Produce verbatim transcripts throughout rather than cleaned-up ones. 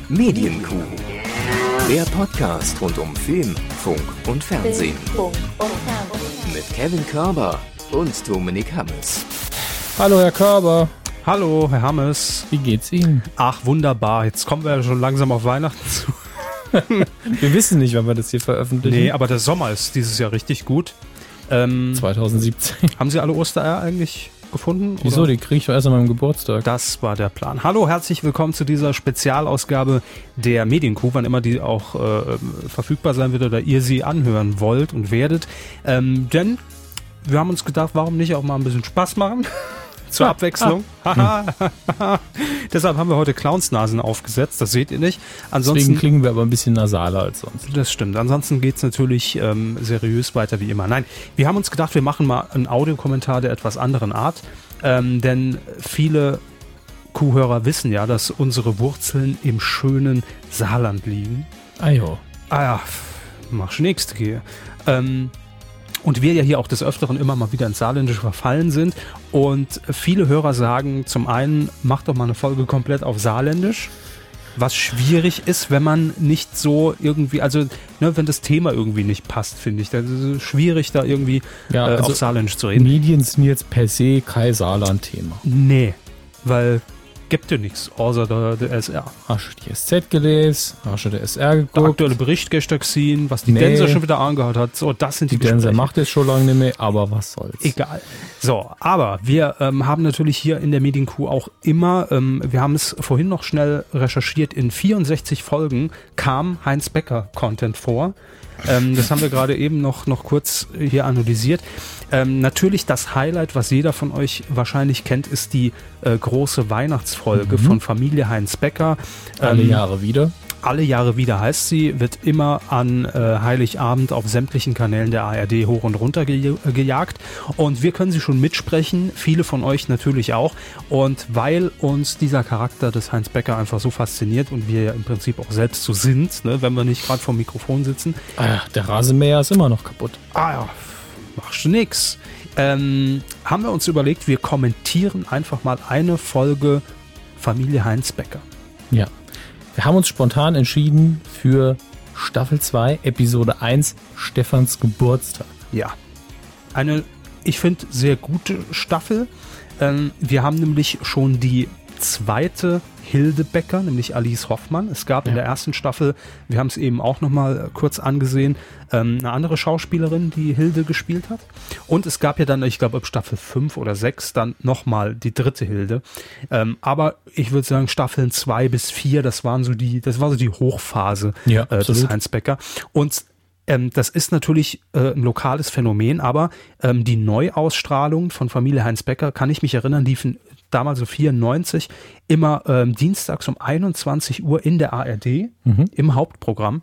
Medienkuh. Der Podcast rund um Film, Funk und Fernsehen. Mit Kevin Körber und Dominik Hammes. Hallo Herr Körber. Hallo Herr Hammes. Wie geht's Ihnen? Ach, wunderbar. Jetzt kommen wir ja schon langsam auf Weihnachten zu. Wir wissen nicht, wann wir das hier veröffentlichen. Nee, aber der Sommer ist dieses Jahr richtig gut. Ähm, zwanzig siebzehn. Haben Sie alle Ostereier eigentlich gefunden? Wieso? Oder? Die kriege ich doch erst an meinem Geburtstag. Das war der Plan. Hallo, herzlich willkommen zu dieser Spezialausgabe der Medienkuh, wann immer die auch äh, verfügbar sein wird oder ihr sie anhören wollt und werdet. Ähm, denn wir haben uns gedacht, warum nicht auch mal ein bisschen Spaß machen? Zur Abwechslung. Deshalb haben wir heute Clownsnasen aufgesetzt, das seht ihr nicht. Ansonsten, Deswegen klingen wir aber ein bisschen nasaler als sonst. Das stimmt. Ansonsten geht's natürlich ähm, seriös weiter wie immer. Nein, wir haben uns gedacht, wir machen mal einen Audiokommentar der etwas anderen Art. Ähm, denn viele Kuhhörer wissen ja, dass unsere Wurzeln im schönen Saarland liegen. Ah jo. Ah ja, mach nächste gehe. Ähm, Und wir ja hier auch des Öfteren immer mal wieder ins Saarländische verfallen sind. Und viele Hörer sagen zum einen, mach doch mal eine Folge komplett auf Saarländisch. Was schwierig ist, wenn man nicht so irgendwie, also ne, wenn das Thema irgendwie nicht passt, finde ich. Das ist schwierig, da irgendwie ja, äh, also auf Saarländisch zu reden. Medien sind jetzt per se kein Saarland-Thema. Nee, weil gibt ja nichts, außer der, der S R. Hast du die S Z gelesen? Hast du der S R geguckt? Der aktuelle Bericht gestern gesehen, was die Nee. Denser schon wieder angehört hat. So, das sind die, Die Denser Gespräche. macht es schon lange nicht mehr, aber was soll's. Egal. So, aber wir ähm, haben natürlich hier in der Medienkuh auch immer, ähm, wir haben es vorhin noch schnell recherchiert, in vierundsechzig Folgen kam Heinz Becker Content vor. Ähm, das haben wir gerade eben noch, noch kurz hier analysiert. Ähm, natürlich das Highlight, was jeder von euch wahrscheinlich kennt, ist die äh, große Weihnachtsfolge Mhm. von Familie Heinz Becker. Alle Ähm, Jahre wieder. Alle Jahre wieder heißt sie, wird immer an äh, Heiligabend auf sämtlichen Kanälen der A R D hoch und runter ge gejagt. Und wir können sie schon mitsprechen, viele von euch natürlich auch. Und weil uns dieser Charakter des Heinz Becker einfach so fasziniert und wir ja im Prinzip auch selbst so sind, ne, wenn wir nicht gerade vom Mikrofon sitzen. Ah, der Rasenmäher ist immer noch kaputt. Ah ja, machst du nix. Ähm, haben wir uns überlegt, wir kommentieren einfach mal eine Folge Familie Heinz Becker. Ja. Wir haben uns spontan entschieden für Staffel zwei, Episode eins, Stefans Geburtstag. Ja, eine, ich finde, sehr gute Staffel. Ähm, wir haben nämlich schon die zweite Hilde Becker, nämlich Alice Hoffmann. Es gab Ja. in der ersten Staffel, wir haben es eben auch nochmal kurz angesehen, ähm, eine andere Schauspielerin, die Hilde gespielt hat. Und es gab ja dann, ich glaube, ab Staffel fünf oder sechs dann nochmal die dritte Hilde. Ähm, aber ich würde sagen, Staffeln zwei bis vier, das waren so die, das war so die Hochphase Ja, äh, des absolut. Heinz Becker. Und Ähm, das ist natürlich äh, ein lokales Phänomen, aber ähm, die Neuausstrahlung von Familie Heinz Becker, kann ich mich erinnern, liefen damals so vierundneunzig immer ähm, dienstags um einundzwanzig Uhr in der A R D Mhm. im Hauptprogramm.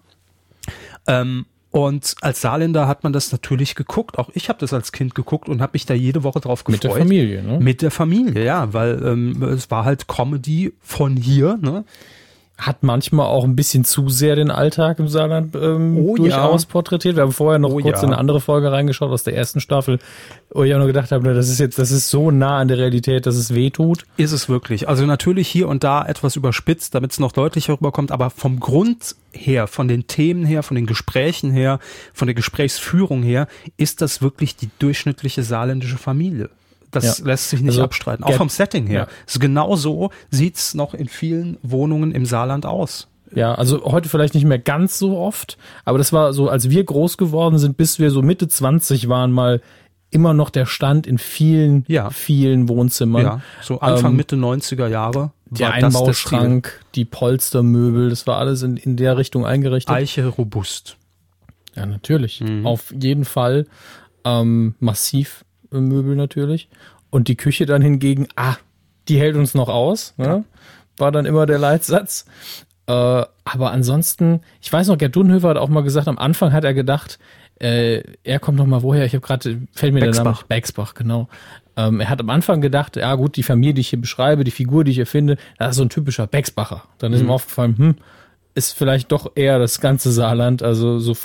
Ähm, und als Saarländer hat man das natürlich geguckt. Auch ich habe das als Kind geguckt und habe mich da jede Woche drauf gefreut. Mit der Familie, ne? Mit der Familie, ja, weil ähm, es war halt Comedy von hier, ne? Hat manchmal auch ein bisschen zu sehr den Alltag im Saarland ähm, Oh durchaus ja. porträtiert. Wir haben vorher noch Oh kurz ja. in eine andere Folge reingeschaut aus der ersten Staffel, wo ich auch nur gedacht habe, ne, das ist jetzt, das ist so nah an der Realität, dass es weh tut. Ist es wirklich. Also natürlich hier und da etwas überspitzt, damit es noch deutlicher rüberkommt, aber vom Grund her, von den Themen her, von den Gesprächen her, von der Gesprächsführung her, ist das wirklich die durchschnittliche saarländische Familie. Das Ja. lässt sich nicht Also, abstreiten. Auch Gerd- vom Setting her. Ja. Also genau so sieht's noch in vielen Wohnungen im Saarland aus. Ja, also heute vielleicht nicht mehr ganz so oft, aber das war so, als wir groß geworden sind, bis wir so Mitte zwanzig waren, mal immer noch der Stand in vielen, Ja. vielen Wohnzimmern. Ja, so Anfang, Ähm, Mitte neunziger Jahre. Der war das der Stil. Einbauschrank, die Polstermöbel, das war alles in, in der Richtung eingerichtet. Eiche robust. Ja, natürlich. Mhm. Auf jeden Fall. Ähm, massiv äh, Möbel natürlich. Und die Küche dann hingegen, ah, die hält uns noch aus. Ne? Ja. War dann immer der Leitsatz. Äh, aber ansonsten, ich weiß noch, Gerd Dudenhöfer hat auch mal gesagt, am Anfang hat er gedacht, äh, er kommt noch mal woher, ich habe gerade, fällt mir der Name nicht, Bexbach, genau. Ähm, er hat am Anfang gedacht, ja gut, die Familie, die ich hier beschreibe, die Figur, die ich hier finde, das ist so ein typischer Bexbacher. Dann ist Mhm. ihm aufgefallen, hm, ist vielleicht doch eher das ganze Saarland, also so vom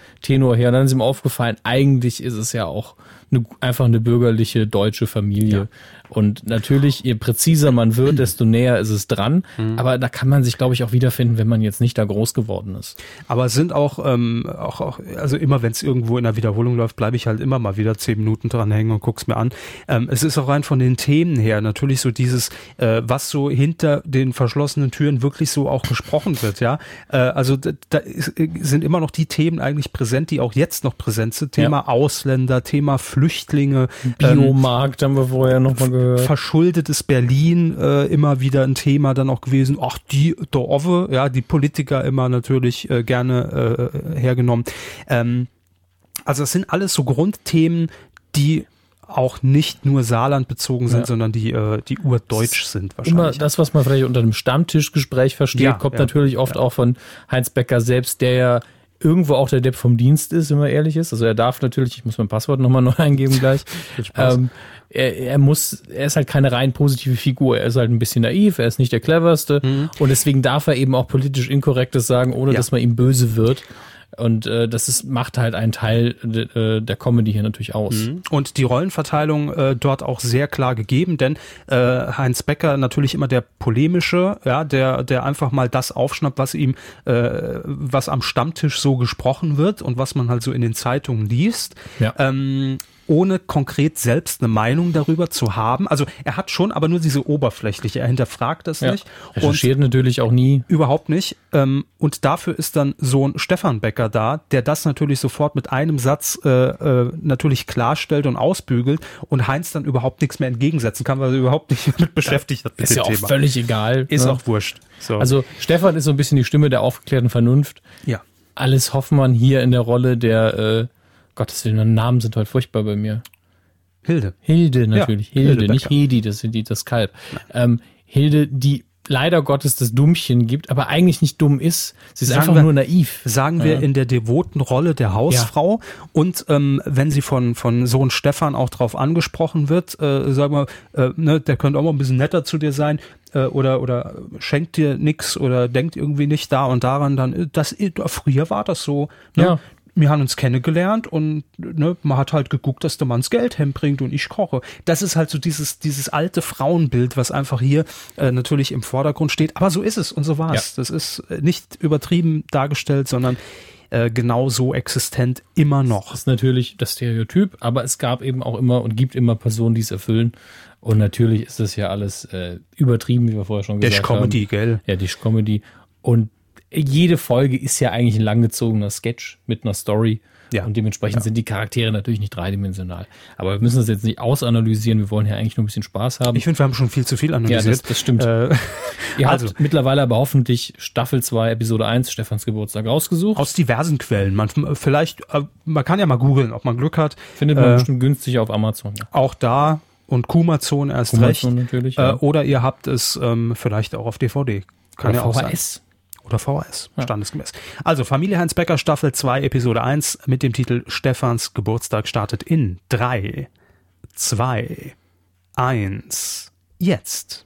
Tenor her. Und dann ist ihm aufgefallen, eigentlich ist es ja auch eine, einfach eine bürgerliche deutsche Familie. Ja. Und natürlich, je präziser man wird, desto näher ist es dran. Mhm. Aber da kann man sich, glaube ich, auch wiederfinden, wenn man jetzt nicht da groß geworden ist. Aber es sind auch, ähm, auch, auch, also immer wenn es irgendwo in der Wiederholung läuft, bleibe ich halt immer mal wieder zehn Minuten dran hängen und guck's mir an. Ähm, es ist auch rein von den Themen her natürlich so dieses, äh, was so hinter den verschlossenen Türen wirklich so auch gesprochen wird, ja. Äh, also da, da ist, sind immer noch die Themen eigentlich präsent, die auch jetzt noch präsent sind. Thema ja. Ausländer, Thema Flüchtlinge. Biomarkt ähm, haben wir vorher noch mal gehört. Verschuldetes Berlin, äh, immer wieder ein Thema dann auch gewesen. Ach, die Dorfe, ja, die Politiker immer natürlich äh, gerne äh, hergenommen. Ähm, also das sind alles so Grundthemen, die auch nicht nur Saarland bezogen sind, ja. sondern die äh, die urdeutsch sind wahrscheinlich. Immer das, was man vielleicht unter einem Stammtischgespräch versteht, ja, kommt ja, natürlich oft ja. auch von Heinz Becker selbst, der ja irgendwo auch der Depp vom Dienst ist, wenn man ehrlich ist. Also er darf natürlich, ich muss mein Passwort nochmal neu eingeben gleich. ähm, er, er muss, er ist halt keine rein positive Figur. Er ist halt ein bisschen naiv, er ist nicht der cleverste mhm. und deswegen darf er eben auch politisch Inkorrektes sagen, ohne ja. dass man ihm böse wird. Und äh, das ist, macht halt einen Teil de, der Comedy hier natürlich aus. Und die Rollenverteilung äh, dort auch sehr klar gegeben, denn äh, Heinz Becker natürlich immer der polemische, ja, der der einfach mal das aufschnappt, was ihm, äh, was am Stammtisch so gesprochen wird und was man halt so in den Zeitungen liest. Ja. Ähm, ohne konkret selbst eine Meinung darüber zu haben. Also er hat schon, aber nur diese oberflächliche. Er hinterfragt das ja. nicht. Recherchiert natürlich auch nie. Überhaupt nicht. Und dafür ist dann so ein Stefan Becker da, der das natürlich sofort mit einem Satz äh, äh, natürlich klarstellt und ausbügelt und Heinz dann überhaupt nichts mehr entgegensetzen kann, weil er überhaupt nicht mit beschäftigt hat. Ist ja auch Thema. Völlig egal. Ist ne? auch wurscht. So. Also Stefan ist so ein bisschen die Stimme der aufgeklärten Vernunft. Ja. Alice Hoffmann hier in der Rolle der äh, Gottes Willen, Namen sind heute furchtbar bei mir. Hilde. Hilde natürlich. Ja, Hilde, Hilde nicht Hedi, das sind die, das Kalb. Ähm, Hilde, die leider Gottes das Dummchen gibt, aber eigentlich nicht dumm ist. Sie ist sagen einfach wir, nur naiv. Sagen wir ja. in der devoten Rolle der Hausfrau. Ja. Und ähm, wenn sie von von Sohn Stefan auch drauf angesprochen wird, äh, sagen wir, äh, ne, der könnte auch mal ein bisschen netter zu dir sein, äh, oder oder schenkt dir nix oder denkt irgendwie nicht da und daran, dann das früher war das so. Ne? Ja. Wir haben uns kennengelernt und ne, man hat halt geguckt, dass der Mann das Geld hinbringt und ich koche. Das ist halt so dieses dieses alte Frauenbild, was einfach hier äh, natürlich im Vordergrund steht. Aber so ist es und so war es. Ja. Das ist nicht übertrieben dargestellt, sondern äh, genau so existent immer noch. Das ist natürlich das Stereotyp, aber es gab eben auch immer und gibt immer Personen, die es erfüllen. Und natürlich ist das ja alles äh, übertrieben, wie wir vorher schon gesagt haben. Comedy, gell? Ja, die Comedy. Und jede Folge ist ja eigentlich ein langgezogener Sketch mit einer Story. Ja. Und dementsprechend ja. sind die Charaktere natürlich nicht dreidimensional. Aber wir müssen das jetzt nicht ausanalysieren. Wir wollen ja eigentlich nur ein bisschen Spaß haben. Ich finde, wir haben schon viel zu viel analysiert. Ja, das, das stimmt. Äh, Ihr also. habt mittlerweile aber hoffentlich Staffel zwei, Episode eins, Stefans Geburtstag rausgesucht. Aus diversen Quellen. Man, vielleicht, man kann ja mal googeln, ob man Glück hat. Findet man äh, bestimmt günstig auf Amazon. Ja. Auch da und Kumazon erst Kumazon recht. Natürlich, ja. äh, oder ihr habt es ähm, vielleicht auch auf D V D. Kann oder ja auch V H S. Sein. Oder V H S, ja. standesgemäß. Also Familie Heinz Becker, Staffel zwei, Episode eins mit dem Titel Stefans Geburtstag startet in drei, zwei, eins, jetzt.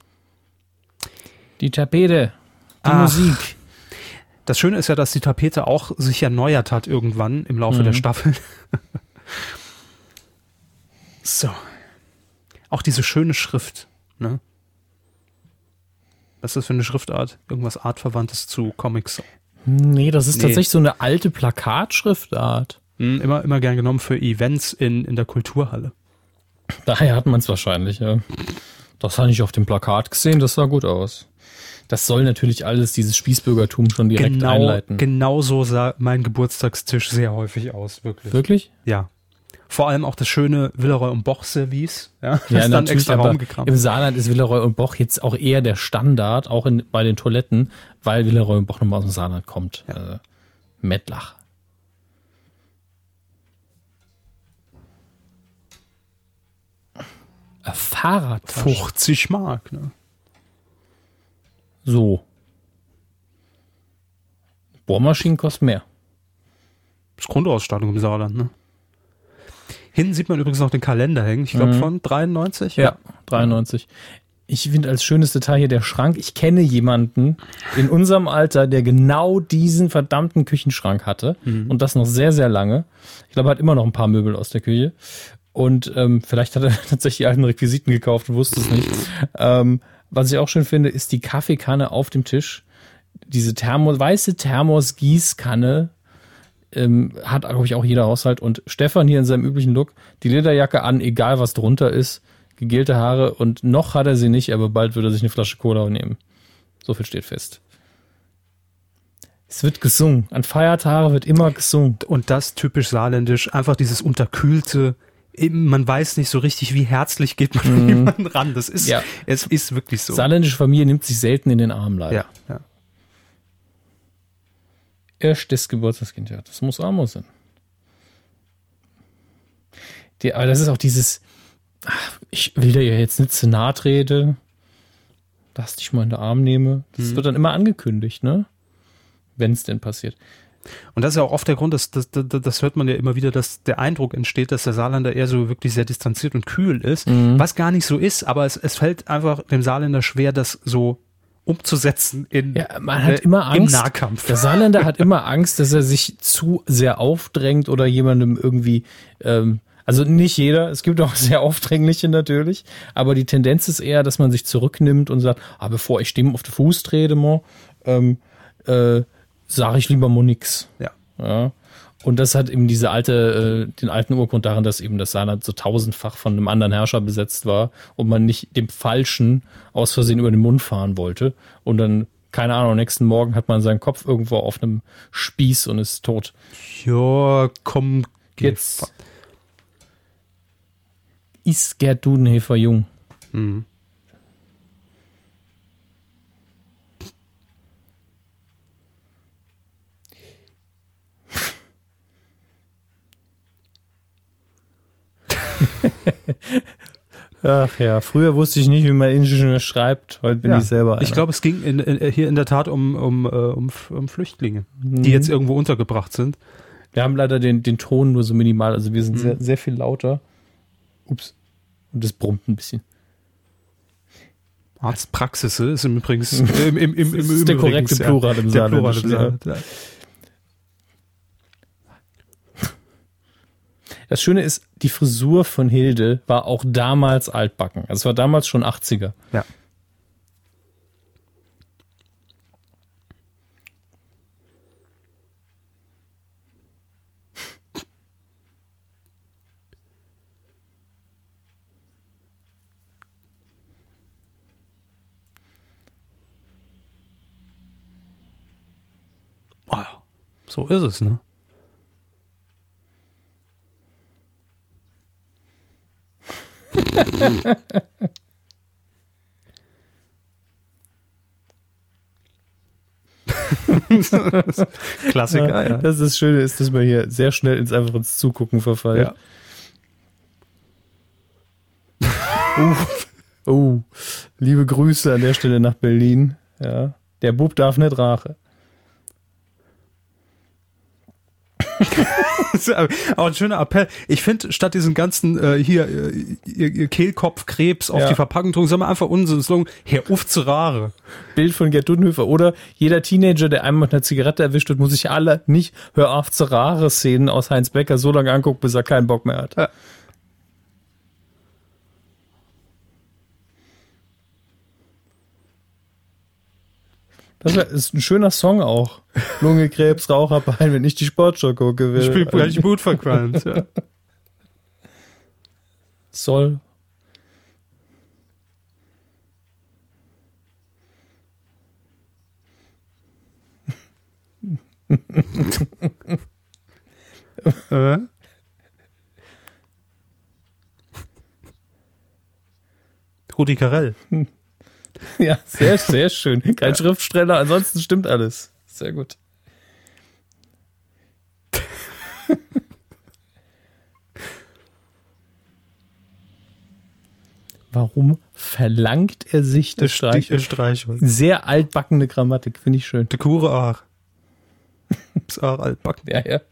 Die Tapete, die Ach, Musik. Das Schöne ist ja, dass die Tapete auch sich erneuert hat irgendwann im Laufe mhm. der Staffel. So. Auch diese schöne Schrift, ne? Was ist das für eine Schriftart? Irgendwas Artverwandtes zu Comics? Nee, das ist nee. tatsächlich so eine alte Plakatschriftart. Hm, immer, immer gern genommen für Events in, in der Kulturhalle. Daher hat man es wahrscheinlich, ja. Das habe ich auf dem Plakat gesehen, das sah gut aus. Das soll natürlich alles dieses Spießbürgertum schon direkt genau, einleiten. Genau so sah mein Geburtstagstisch sehr häufig aus, wirklich. Wirklich? Ja. Vor allem auch das schöne Villeroy und Boch Service, ja, das ja, ist dann extra Raum gekramt. Im Saarland ist Villeroy und Boch jetzt auch eher der Standard, auch in, bei den Toiletten, weil Villeroy und Boch nochmal aus dem Saarland kommt. Ja. Äh, Mettlach. Ein Fahrrad. fünfzig Mark, ne? So. Bohrmaschinen kosten mehr. Das ist Grundausstattung im Saarland, ne? Hinten sieht man übrigens noch den Kalender hängen, ich glaube mhm. von dreiundneunzig. Ja, dreiundneunzig. Ich finde als schönes Detail hier der Schrank. Ich kenne jemanden in unserem Alter, der genau diesen verdammten Küchenschrank hatte. Mhm. Und das noch sehr, sehr lange. Ich glaube, er hat immer noch ein paar Möbel aus der Küche. Und ähm, vielleicht hat er tatsächlich die alten Requisiten gekauft und wusste es nicht. ähm, was ich auch schön finde, ist die Kaffeekanne auf dem Tisch. Diese Thermos, weiße Thermos-Gießkanne ähm, hat, glaube ich, auch jeder Haushalt. Und Stefan hier in seinem üblichen Look, die Lederjacke an, egal was drunter ist, gegelte Haare und noch hat er sie nicht, aber bald wird er sich eine Flasche Cola nehmen. So viel steht fest. Es wird gesungen. An Feiertagen wird immer gesungen. Und das typisch saarländisch, einfach dieses unterkühlte, eben, man weiß nicht so richtig, wie herzlich geht man an mm. jemanden ran. Das ist, ja. Es ist wirklich so. Saarländische Familie nimmt sich selten in den Arm, leider. Ja, ja. Erstes Geburtstagskind, ja, das muss Amo sein. Die, aber das ist auch dieses, ach, ich will dir ja jetzt nicht zu nahe treten, dass ich dich mal in den Arm nehme. Das mhm. wird dann immer angekündigt, ne? Wenn es denn passiert. Und das ist ja auch oft der Grund, dass, das, das, das hört man ja immer wieder, dass der Eindruck entsteht, dass der Saarländer eher so wirklich sehr distanziert und kühl ist, mhm. was gar nicht so ist, aber es, es fällt einfach dem Saarländer schwer, das so umzusetzen in, ja, man hat immer Angst, im Nahkampf. Der Saarländer hat immer Angst, dass er sich zu sehr aufdrängt oder jemandem irgendwie, ähm, also nicht jeder, es gibt auch sehr Aufdrängliche natürlich, aber die Tendenz ist eher, dass man sich zurücknimmt und sagt, ah, bevor ich dem auf den Fuß trete, mal, ähm, äh, sage ich lieber mal nix. Ja. Ja. Und das hat eben diese alte, äh, den alten Urgrund darin, dass eben das Saarland so tausendfach von einem anderen Herrscher besetzt war und man nicht dem Falschen aus Versehen über den Mund fahren wollte. Und dann, keine Ahnung, nächsten Morgen hat man seinen Kopf irgendwo auf einem Spieß und ist tot. Ja, komm, jetzt ist Gerd Dudenhofer jung. Mhm. Ach ja, früher wusste ich nicht, wie man Ingenieur schreibt. Heute bin ja, ich selber einer. Ich glaube, es ging in, in, hier in der Tat um, um, um, um Flüchtlinge, mhm. die jetzt irgendwo untergebracht sind. Wir haben leider den, den Ton nur so minimal, also wir sind mhm. sehr, sehr viel lauter. Ups. Und das brummt ein bisschen. Arztpraxis ist im übrigens im, im, im, im das ist der korrekte Plural im Saarländischen. Ja. Das Schöne ist, die Frisur von Hilde war auch damals altbacken. Also es war damals schon achtziger. Ja. Oh, so ist es, ne? Klassiker, ja. Das ist das Schöne ist, dass man hier sehr schnell ins einfach ins Zugucken verfällt. Ja. uh, uh, liebe Grüße an der Stelle nach Berlin. Ja, der Bub darf nicht Rache. Auch ein schöner Appell. Ich finde, statt diesen ganzen äh, hier äh, ihr, ihr Kehlkopfkrebs auf ja. die Verpackung drucken, sagen wir einfach unseren Slogan, Herr auf zu Rare. Bild von Gerd Dudenhofer. Oder jeder Teenager, der einmal mit einer Zigarette erwischt wird, muss sich alle nicht Hör auf zu Rare Szenen aus Heinz Becker so lange angucken, bis er keinen Bock mehr hat. Ja. Das ist ein schöner Song auch. Lungenkrebs, Raucherbein, wenn ich die Sportschau gucke. Ich bin gleich gut verqualmt. Ja. Soll. äh? Rudi Carell. Ja, sehr, sehr schön. Kein ja. Schriftsteller, ansonsten stimmt alles. Sehr gut. Warum verlangt er sich das Streichholz? Sehr altbackene Grammatik, finde ich schön. De Kure auch. Ist auch altbacken. Ja, ja.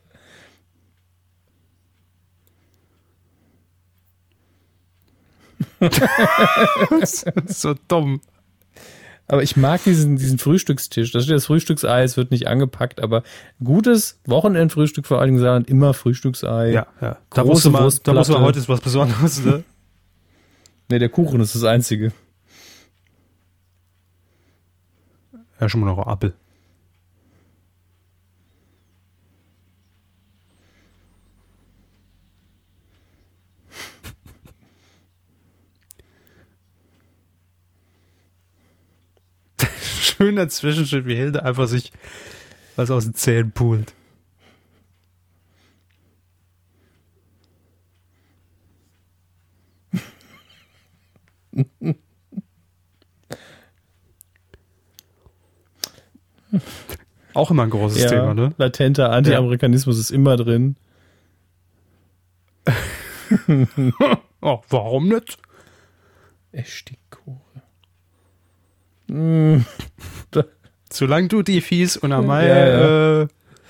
Das ist so dumm. Aber ich mag diesen, diesen Frühstückstisch. Da steht das Frühstücksei, es wird nicht angepackt, aber gutes Wochenendfrühstück vor allen Dingen sagen, immer Frühstücksei. Ja, ja. Da muss man, da muss man heute ist was Besonderes, ne? Nee, der Kuchen ist das Einzige. Ja, schon mal noch ein Apfel. Schöner Zwischenschritt, wie Hilde einfach sich was aus den Zähnen pult. Auch immer ein großes ja, Thema, ne? Latenter Anti-Amerikanismus ja. ist immer drin. Oh, warum nicht? Estikore. Mm. Solange du die fies und am Mai, ja, ja. äh,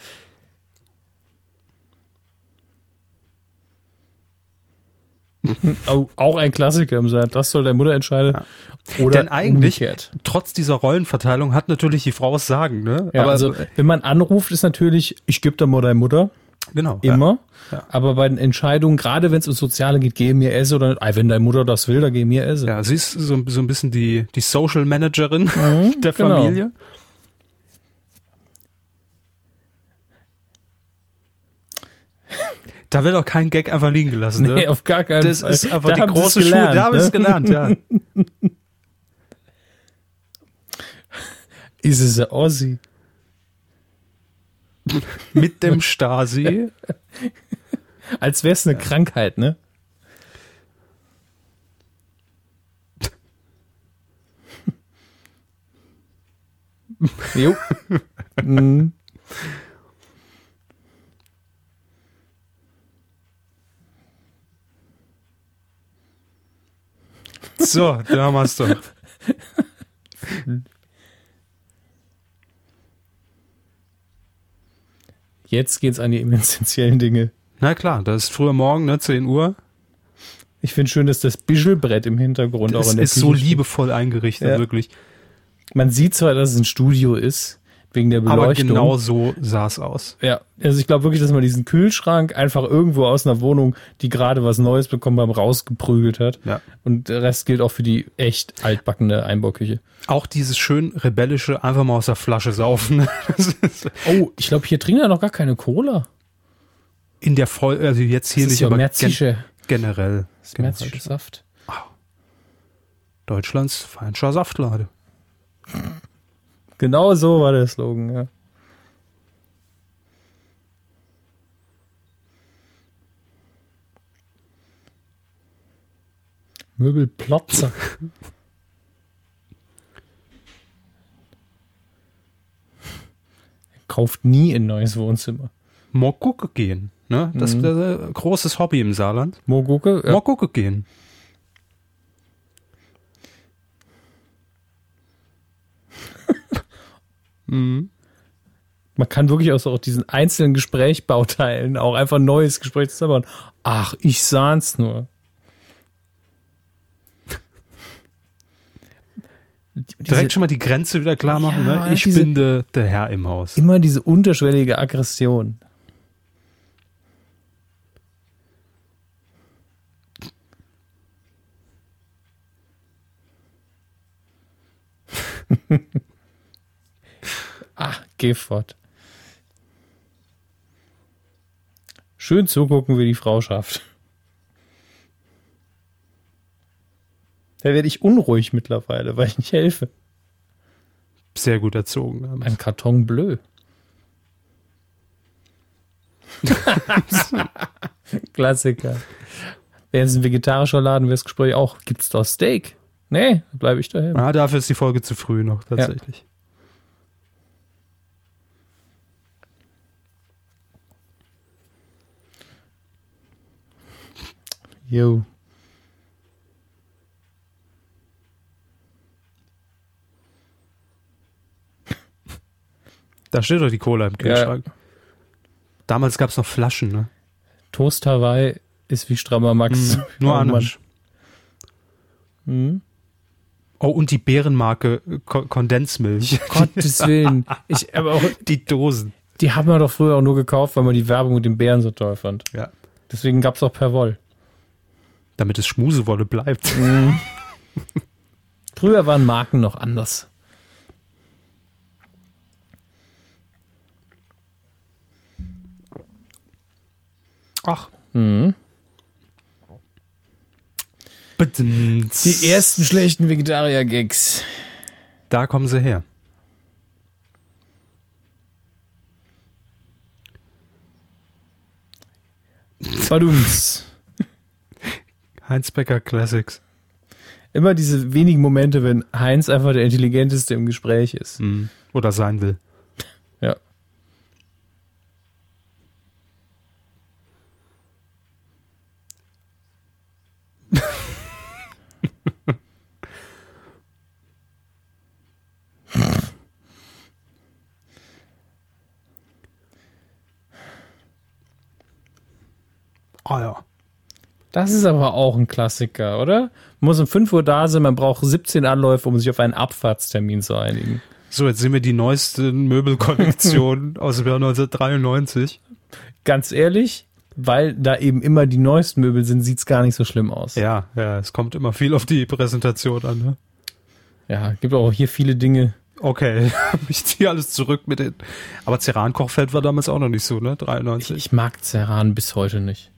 auch ein Klassiker im Sinne, das soll der Mutter entscheiden. Ja. Oder denn eigentlich, umgekehrt. Trotz dieser Rollenverteilung hat natürlich die Frau das Sagen, ne? Ja, aber also, wenn man anruft, ist natürlich, ich gebe dir mal deine Mutter. Genau. Immer. Ja. Ja. Aber bei den Entscheidungen, gerade wenn es um Soziale geht, geh mir esse oder nicht, wenn deine Mutter das will, dann geh mir esse. Ja, sie ist so, so ein bisschen die, die Social Managerin mhm, der genau. Familie. Da wird auch kein Gag einfach liegen gelassen. Ne? Nee, auf gar keinen das Fall. Das ist einfach da die große Schule. Gelernt, da haben wir es gelernt, ja. Ist es ein Ossi? Mit dem Stasi. Als wäre es eine ja. Krankheit, ne? Jo. mhm. So, da haben wir es doch. Jetzt geht's an die essentiellen Dinge. Na klar, das ist früher Morgen, ne, zehn Uhr. Ich finde schön, dass das Bischelbrett im Hintergrund das auch in der ist Küche so liebevoll eingerichtet, ja. wirklich. Man sieht zwar, dass es ein Studio ist, wegen der Beleuchtung. Aber genau so sah es aus. Ja, also ich glaube wirklich, dass man diesen Kühlschrank einfach irgendwo aus einer Wohnung, die gerade was Neues bekommen haben, rausgeprügelt hat. Ja. Und der Rest gilt auch für die echt altbackene Einbauküche. Auch dieses schön rebellische, einfach mal aus der Flasche saufen. Oh, ich glaube, hier trinken ja noch gar keine Cola. In der Folge, also jetzt hier das nicht, ist ja aber Merzische, generell. Das ist Merzische Saft. Oh. Deutschlands feinscher Saftladen. Genau so war der Slogan, ja. Möbelplotzer. Kauft nie ein neues Wohnzimmer. Mokucke gehen, ne? Das ist mhm. ein großes Hobby im Saarland. Mokucke? Ja. Mokucke gehen. Mhm. Man kann wirklich aus auch diesen einzelnen Gesprächsbauteilen auch einfach ein neues Gespräch zusammenbauen. Ach, ich sah's nur. Direkt diese, schon mal die Grenze wieder klar machen, ja, ne? Ich diese, bin der, der Herr im Haus. Immer diese unterschwellige Aggression. Ach, geh fort. Schön zugucken, wie die Frau schafft. Da werde ich unruhig mittlerweile, weil ich nicht helfe. Sehr gut erzogen. Ein Karton Bleu. Klassiker. Wäre es ein vegetarischer Laden, wäre das Gespräch auch, gibt's da Steak? Nee, bleibe ich daheim. Ah, dafür ist die Folge zu früh noch, tatsächlich. Ja. Jo. Da steht doch die Cola im Kühlschrank. Ja. Damals gab es noch Flaschen, ne? Toast Hawaii ist wie strammer Max. Mm, nur anders. Mhm. Oh, und die Bärenmarke Ko- Kondensmilch. Gottes Willen. Ich, aber auch, die Dosen. Die haben wir doch früher auch nur gekauft, weil man die Werbung mit den Bären so toll fand. Ja. Deswegen gab es auch Perwoll. Damit es Schmusewolle bleibt. Mhm. Früher waren Marken noch anders. Ach. Mhm. Die ersten schlechten Vegetarier-Gags. Da kommen sie her. Badums. Heinz Becker Classics. Immer diese wenigen Momente, wenn Heinz einfach der Intelligenteste im Gespräch ist. Mhm. Oder sein will. Ja. Oh ja. Das ist aber auch ein Klassiker, oder? Man muss um fünf Uhr da sein, man braucht siebzehn Anläufe, um sich auf einen Abfahrtstermin zu einigen. So, jetzt sehen wir die neuesten Möbelkollektionen aus dem Jahr neunzehnhundertdreiundneunzig. Ganz ehrlich, weil da eben immer die neuesten Möbel sind, sieht es gar nicht so schlimm aus. Ja, ja, es kommt immer viel auf die Präsentation an, ne? Ja, gibt auch hier viele Dinge. Okay, ich ziehe alles zurück mit den... Aber Ceran-Kochfeld war damals auch noch nicht so, ne? dreiundneunzig. Ich, ich mag Ceran bis heute nicht.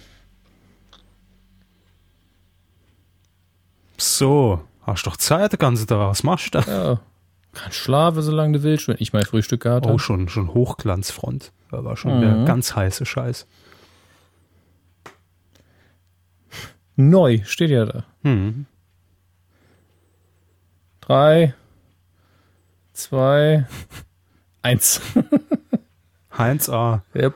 So, hast doch Zeit, den ganzen Tag. Was machst du da? Ja, kann schlafen, solange du willst, wenn ich mein Frühstück gehabt habe. Oh, schon, schon Hochglanzfront. Da war schon Mhm. der ganz heiße Scheiß. Neu, steht ja da. Hm. Drei, zwei, eins. Heinz A. Yep.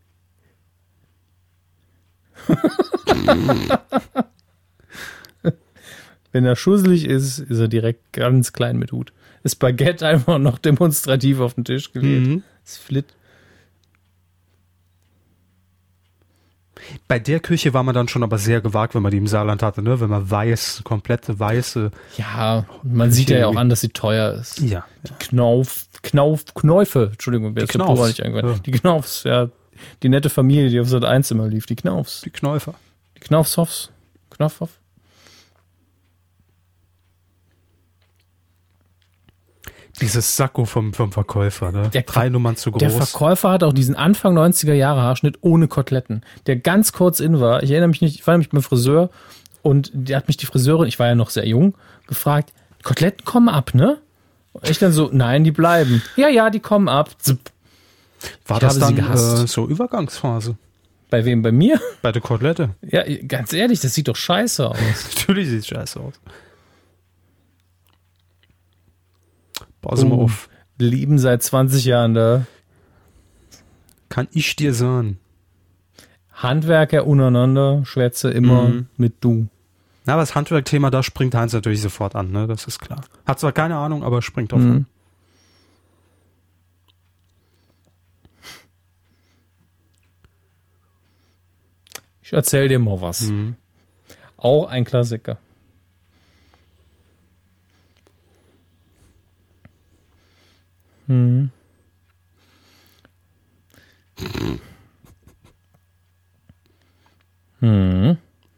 Wenn er schusselig ist, ist er direkt ganz klein mit Hut. Das Baguette einfach noch demonstrativ auf den Tisch gelegt. Mhm. Das Flit. Bei der Küche war man dann schon aber sehr gewagt, wenn man die im Saarland hatte, ne? Wenn man weiß, komplette weiße... Ja, und man sieht ja auch an, dass sie teuer ist. Ja. Die Knauf, Knauf, Knäufe, Entschuldigung, wer ist der Plural nicht eingefallen. Ja. Die Knaufs, ja, die nette Familie, die auf Sat eins immer lief, die Knaufs. Die Knäufer. Die Knaufshoffs. Knaufhoff. Dieses Sakko vom, vom Verkäufer, ne? Der- Drei Nummern zu groß. Der Verkäufer hat auch diesen Anfang neunziger Jahre Haarschnitt ohne Koteletten, der ganz kurz in war. Ich erinnere mich nicht, ich war nämlich beim Friseur und die hat mich die Friseurin, ich war ja noch sehr jung, gefragt, Koteletten kommen ab, ne? Und ich dann so, nein, die bleiben. Ja, ja, die kommen ab. Zipp. War Ich das habe sie dann gehasst. äh, so Übergangsphase? Bei wem? Bei mir? Bei der Kotelette? Ja, ganz ehrlich, das sieht doch scheiße aus. Natürlich sieht es scheiße aus. Pass mal Oh. auf. Lieben seit zwanzig Jahren da. Kann ich dir sagen. Handwerker untereinander, Schwätze immer Mhm. mit du. Na, aber das Handwerkthema, da springt Heinz natürlich sofort an, ne? Das ist klar. Hat zwar keine Ahnung, aber springt drauf Mhm. an. Ich erzähl dir mal was. Mhm. Auch ein Klassiker. Hm. Hm.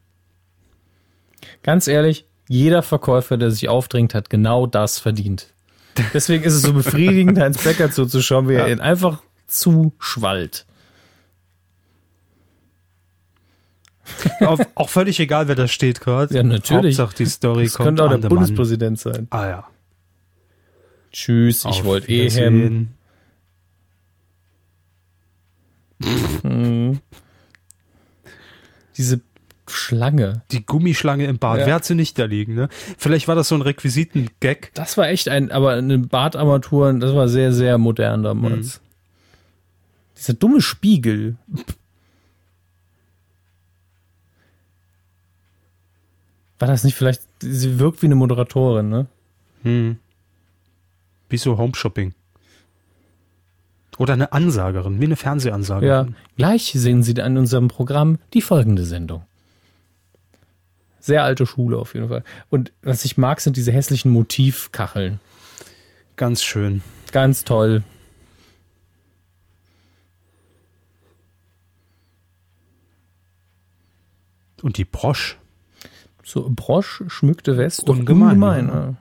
Ganz ehrlich, jeder Verkäufer, der sich aufdrängt, hat genau das verdient. Deswegen ist es so befriedigend, Heinz Becker zuzuschauen, wie er ihn einfach zuschwallt. auch, auch völlig egal, wer da steht gerade. Ja, natürlich. Hauptsache die Story Das kommt könnte auch der an den Bundespräsident sein. Mann. Ah ja. Tschüss, ich Auf wollte eh hem. Wiedersehen. Hm. Diese Schlange. Die Gummischlange im Bad. Ja. Wer hat sie nicht da liegen, ne? Vielleicht war das so ein Requisiten-Gag. Das war echt ein, aber eine Badarmatur, das war sehr, sehr modern damals. Mhm. Dieser dumme Spiegel. War das nicht vielleicht, sie wirkt wie eine Moderatorin, ne? Hm. Wie so Home-Shopping. Oder eine Ansagerin, wie eine Ja. Fernsehansagerin. Gleich sehen Sie an unserem Programm die folgende Sendung. Sehr alte Schule auf jeden Fall. Und was ich mag, sind diese hässlichen Motivkacheln. Ganz schön. Ganz toll. Und die Brosch. So Brosch, schmückte West. Ungemein. Ungemein ja.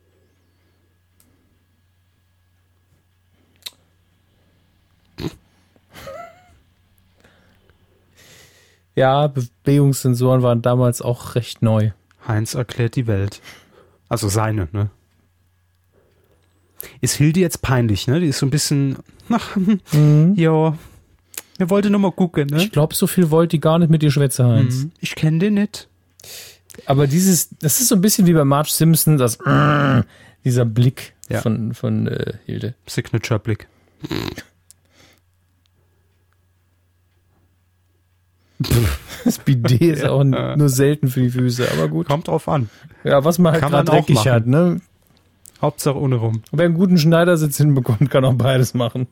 Ja, Bewegungssensoren waren damals auch recht neu. Heinz erklärt die Welt. Also seine, ne? Ist Hilde jetzt peinlich, ne? Die ist so ein bisschen, ach, mhm. ja, er wollte nur mal gucken, ne? Ich glaube, so viel wollte die gar nicht mit dir schwätzen, Heinz. Mhm. Ich kenne den nicht. Aber dieses, das ist so ein bisschen wie bei Marge Simpson, das, äh, dieser Blick ja. von, von äh, Hilde. Signature-Blick. Das Bidet ist ja. auch nur selten für die Füße, aber gut. Kommt drauf an. Ja, was man halt gerade dreckig hat, ne? Hauptsache ohne rum. Wer einen guten Schneidersitz hinbekommt, kann auch beides machen.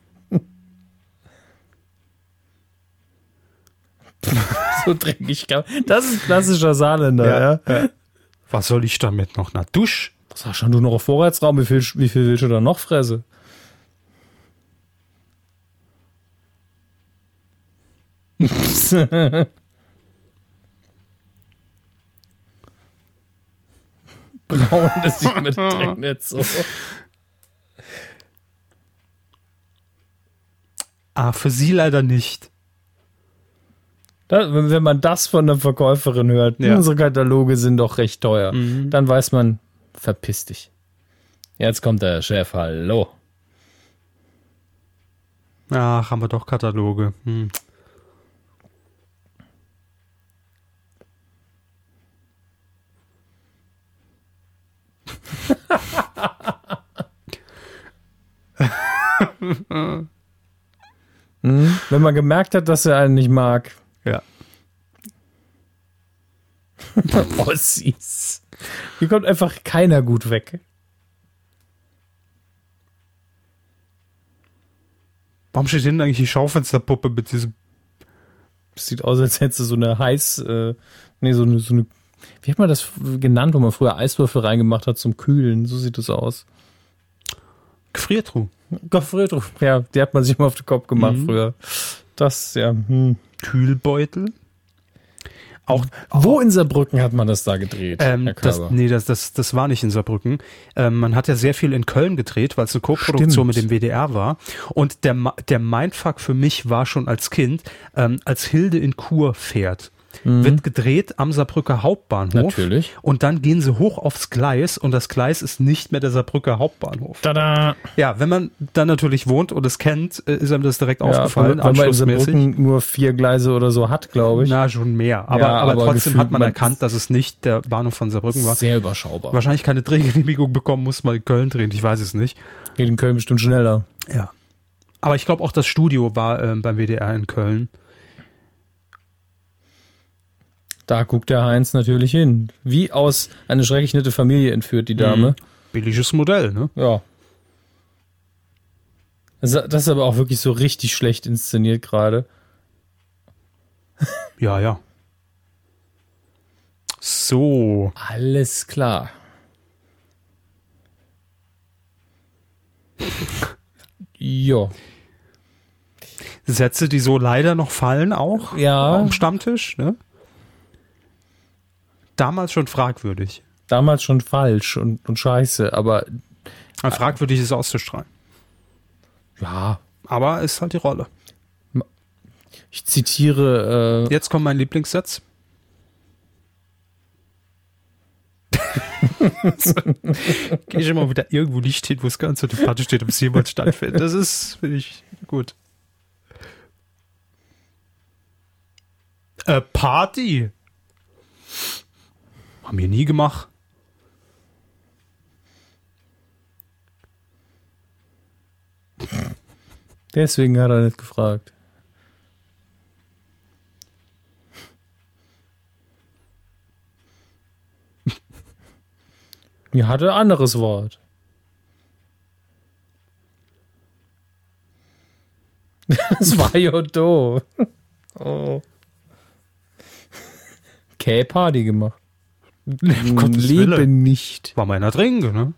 So dreckig. Das ist klassischer Saarländer, ja. ja. ja. Was soll ich damit noch? Na, Dusch? Was hast du noch auf Vorratsraum? Wie viel, wie viel willst du da noch fressen? Braun, das sieht mir direkt nicht so. Ah, für sie leider nicht. Da, wenn man das von der Verkäuferin hört, ja. unsere Kataloge sind doch recht teuer, mhm. dann weiß man, verpiss dich. Jetzt kommt der Chef, hallo. Ach, haben wir doch Kataloge. Hm. hm, wenn man gemerkt hat, dass er einen nicht mag. Ja. Ossis. Hier kommt einfach keiner gut weg. Warum steht hinten eigentlich die Schaufensterpuppe mit diesem... Das sieht aus, als hättest du so eine heiß... Äh, nee, so eine, so eine... Wie hat man das genannt, wo man früher Eiswürfel reingemacht hat zum Kühlen? So sieht das aus. Gefriertruhe. Gefriertruhe. Ja, die hat man sich mal auf den Kopf gemacht mhm. früher. Das, ja... Hm. Kühlbeutel. Auch, Wo auch, in Saarbrücken hat man das da gedreht? Ähm, das, nee, das, das, das war nicht in Saarbrücken. Ähm, man hat ja sehr viel in Köln gedreht, weil es eine Co-Produktion mit dem W D R war. Und der, der Mindfuck für mich war schon als Kind, ähm, als Hilde in Chur fährt. Mhm. Wird gedreht am Saarbrücker Hauptbahnhof. Natürlich. Und dann gehen sie hoch aufs Gleis und das Gleis ist nicht mehr der Saarbrücker Hauptbahnhof. Tada! Ja, wenn man dann natürlich wohnt und es kennt, ist einem das direkt ja, aufgefallen. Weil man in Saarbrücken nur vier Gleise oder so hat, glaube ich. Na, schon mehr. Aber, ja, aber, aber trotzdem hat man erkannt, dass es nicht der Bahnhof von Saarbrücken war. Sehr überschaubar. Wahrscheinlich keine Drehgenehmigung bekommen, muss mal in Köln drehen. Ich weiß es nicht. Geht in Köln bestimmt schneller. Ja. Aber ich glaube auch das Studio war äh, beim W D R in Köln. Da guckt der Heinz natürlich hin. Wie aus Eine schrecklich nette Familie entführt, die Dame. Mhm. Billiges Modell, ne? Ja. Das ist aber auch wirklich so richtig schlecht inszeniert gerade. Ja, ja. So. Alles klar. Jo. Sätze, die so leider noch fallen auch. Ja. Am Stammtisch, ne? Damals schon fragwürdig. Damals schon falsch und, und scheiße, aber... Äh, fragwürdig ist auszustrahlen. Ja. Aber ist halt die Rolle. Ich zitiere... Äh, Jetzt kommt mein Lieblingssatz. so, Geh ich immer wieder irgendwo nicht hin, wo es ganz so die Platte steht, ob es jemals stattfindet. Das ist, finde ich, gut. Äh, Party. Haben wir nie gemacht. Deswegen hat er nicht gefragt. Mir hatte ein anderes Wort. Das war ja doof. Oh. Okay, Party gemacht. Um Gottes Lebe Willen. nicht. War mal einer trinken, ne?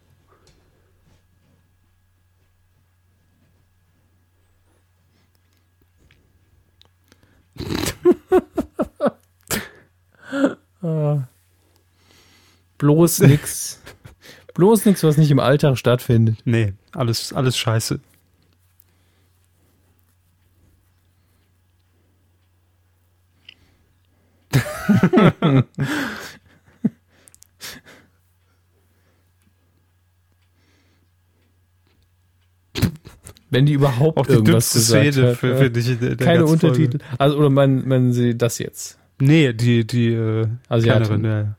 Bloß nix. Bloß nix, was nicht im Alltag stattfindet. Nee, alles, alles scheiße. Wenn die überhaupt Auch die irgendwas dümmste gesagt Szene hat. für, ja. für dich in der Keine ganzen Untertitel. Folge. Also, oder meinen, meinen Sie das jetzt? Nee, die, die äh, Asiatin. Kennerin, ja.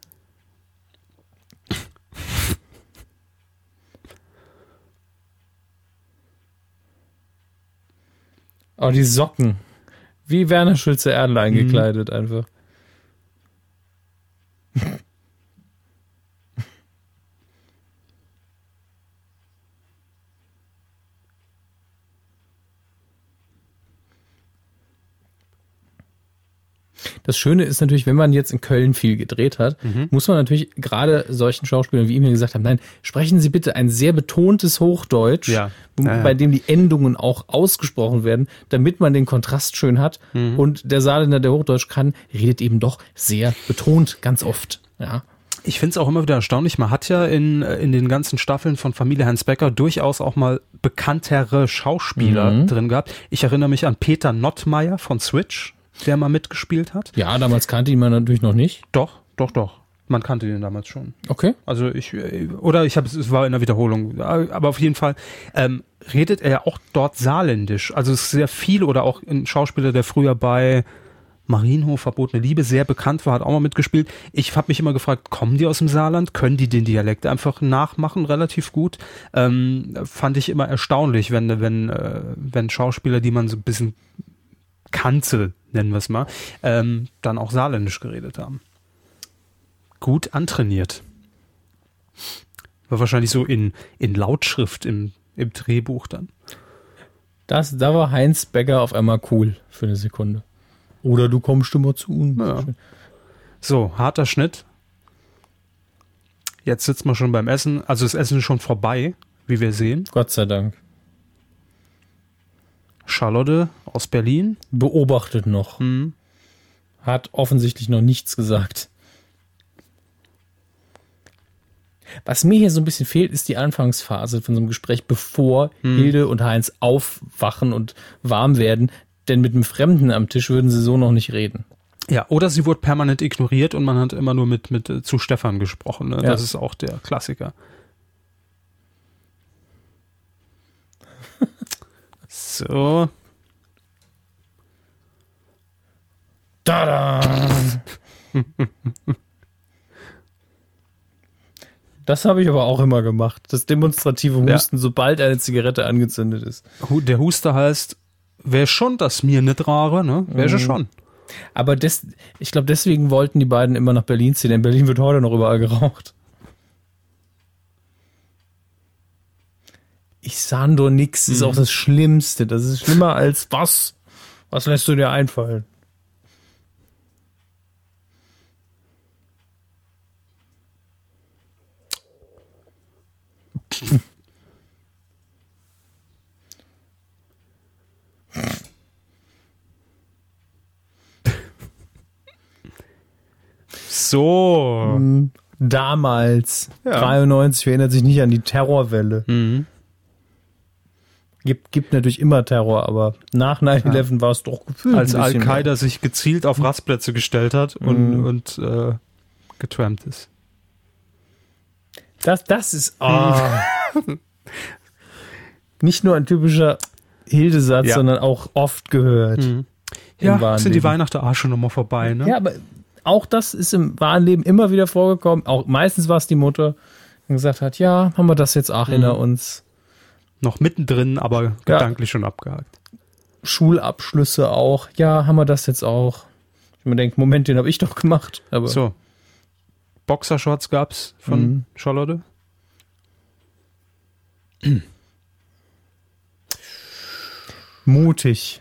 Oh, die Socken. Wie Werner Schulze-Erdl eingekleidet Mhm. einfach. Das Schöne ist natürlich, wenn man jetzt in Köln viel gedreht hat, Mhm. muss man natürlich gerade solchen Schauspielern wie ihm hier gesagt haben, nein, sprechen Sie bitte ein sehr betontes Hochdeutsch, Ja. wo- Ja, ja. bei dem die Endungen auch ausgesprochen werden, damit man den Kontrast schön hat. Mhm. Und der Saarländer, der Hochdeutsch kann, redet eben doch sehr betont, ganz oft. Ja. Ich finde es auch immer wieder erstaunlich. Man hat ja in, in den ganzen Staffeln von Familie Heinz Becker durchaus auch mal bekanntere Schauspieler Mhm. drin gehabt. Ich erinnere mich an Peter Nottmeier von Switch, der mal mitgespielt hat. Ja, damals kannte ihn man natürlich noch nicht. Doch, doch, doch. Man kannte den damals schon. Okay. Also ich, oder ich habe es war in der Wiederholung, aber auf jeden Fall ähm, redet er ja auch dort saarländisch. Also es ist sehr viel oder auch ein Schauspieler, der früher bei Marienhof, Verbotene Liebe sehr bekannt war, hat auch mal mitgespielt. Ich habe mich immer gefragt, kommen die aus dem Saarland? Können die den Dialekt einfach nachmachen, relativ gut? Ähm, fand ich immer erstaunlich, wenn, wenn, äh, wenn Schauspieler, die man so ein bisschen kannte, nennen wir es mal, ähm, dann auch saarländisch geredet haben. Gut antrainiert. War wahrscheinlich so in, in Lautschrift im, im Drehbuch dann. Das, da war Heinz Becker auf einmal cool für eine Sekunde. Oder du kommst immer zu uns. Ja. So, harter Schnitt. Jetzt sitzen wir schon beim Essen. Also das Essen ist schon vorbei, wie wir sehen. Gott sei Dank. Charlotte aus Berlin. Beobachtet noch. Mhm. Hat offensichtlich noch nichts gesagt. Was mir hier so ein bisschen fehlt, ist die Anfangsphase von so einem Gespräch, bevor Hm. Hilde und Heinz aufwachen und warm werden. Denn mit einem Fremden am Tisch würden sie so noch nicht reden. Ja, oder sie wurde permanent ignoriert und man hat immer nur mit, mit äh, zu Stefan gesprochen. Ne? Ja. Das ist auch der Klassiker. So. Tada! Das habe ich aber auch immer gemacht. Das demonstrative Husten, Ja. sobald eine Zigarette angezündet ist. Hu- Der Huster heißt, wär schon, dass mir nicht rare, ne? Wär Mhm. schon. Aber des, ich glaube, deswegen wollten die beiden immer nach Berlin ziehen. In Berlin wird heute noch überall geraucht. Ich sah nur nix. Das ist Mhm. auch das Schlimmste. Das ist schlimmer als was? Was lässt du dir einfallen? So. Damals, Ja. dreiundneunzig, erinnert sich nicht an die Terrorwelle. Mhm. Gibt, gibt natürlich immer Terror, aber nach neun elf war es doch gefühlt Als ein bisschen Al-Qaida sich gezielt auf Rastplätze gestellt hat und, Mhm. und äh, getrampt ist. mehr. Das, das ist ah. nicht nur ein typischer Hildesatz, Ja. sondern auch oft gehört. Mhm. Im Ja, wahren sind die Leben. Weihnachten auch schon nochmal vorbei, ne? Ja, aber auch das ist im wahren Leben immer wieder vorgekommen. Auch meistens war es die Mutter, die gesagt hat, ja, haben wir das jetzt auch Mhm. hinter uns. Noch mittendrin, aber gedanklich schon abgehakt. Schulabschlüsse auch. Ja, haben wir das jetzt auch. Ich mir denke, Moment, den habe ich doch gemacht. Aber So. Boxershorts gab's von Mhm. Charlotte. mutig.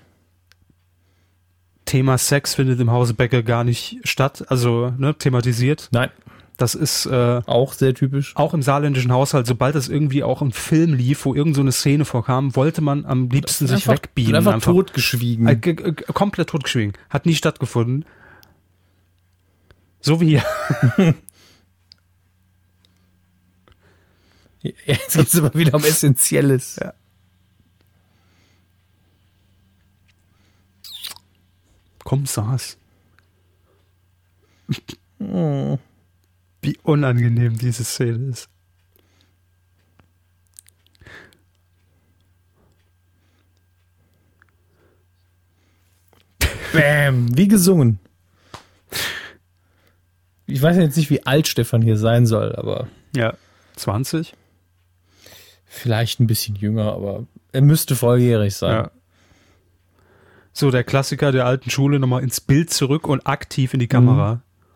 Thema Sex findet im Hause Becker gar nicht statt, also ne, thematisiert. Nein. das ist äh, auch sehr typisch. Auch im saarländischen Haushalt, sobald es irgendwie auch im Film lief, wo irgend so eine Szene vorkam, wollte man am liebsten sich einfach, wegbeamen. Einfach, einfach totgeschwiegen. Äh, g- g- komplett totgeschwiegen. Hat nie stattgefunden. So wie hier. Jetzt geht es aber wieder um Essentielles. Ja. Komm, saß. Oh. Wie unangenehm diese Szene ist. Bäm, wie gesungen. Ich weiß jetzt nicht, wie alt Stefan hier sein soll, aber... Ja, zwanzig? Vielleicht ein bisschen jünger, aber er müsste volljährig sein. Ja. So, der Klassiker der alten Schule, nochmal ins Bild zurück und aktiv in die Kamera. Mhm.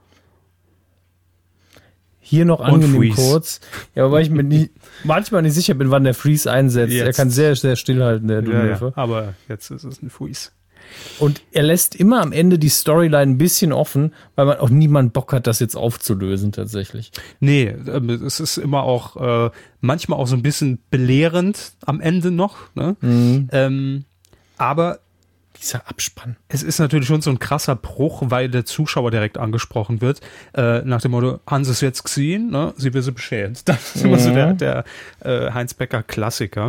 Hier noch angenehm kurz. Ja, weil ich mir nie, manchmal nicht sicher bin, wann der Freeze einsetzt. Jetzt. Er kann sehr, sehr stillhalten, der Dunhöfer. Ja, ja. Aber jetzt ist es ein Freeze. Und er lässt immer am Ende die Storyline ein bisschen offen, weil man auch niemand Bock hat, das jetzt aufzulösen tatsächlich. Nee, es ist immer auch äh, manchmal auch so ein bisschen belehrend am Ende noch. Ne? Mhm. Ähm, aber dieser Abspann. Es ist natürlich schon so ein krasser Bruch, weil der Zuschauer direkt angesprochen wird. Äh, nach dem Motto, haben Sie es jetzt gesehen? Ne? Sie wird so beschämt. Das ist immer so der, der äh, Heinz Becker Klassiker.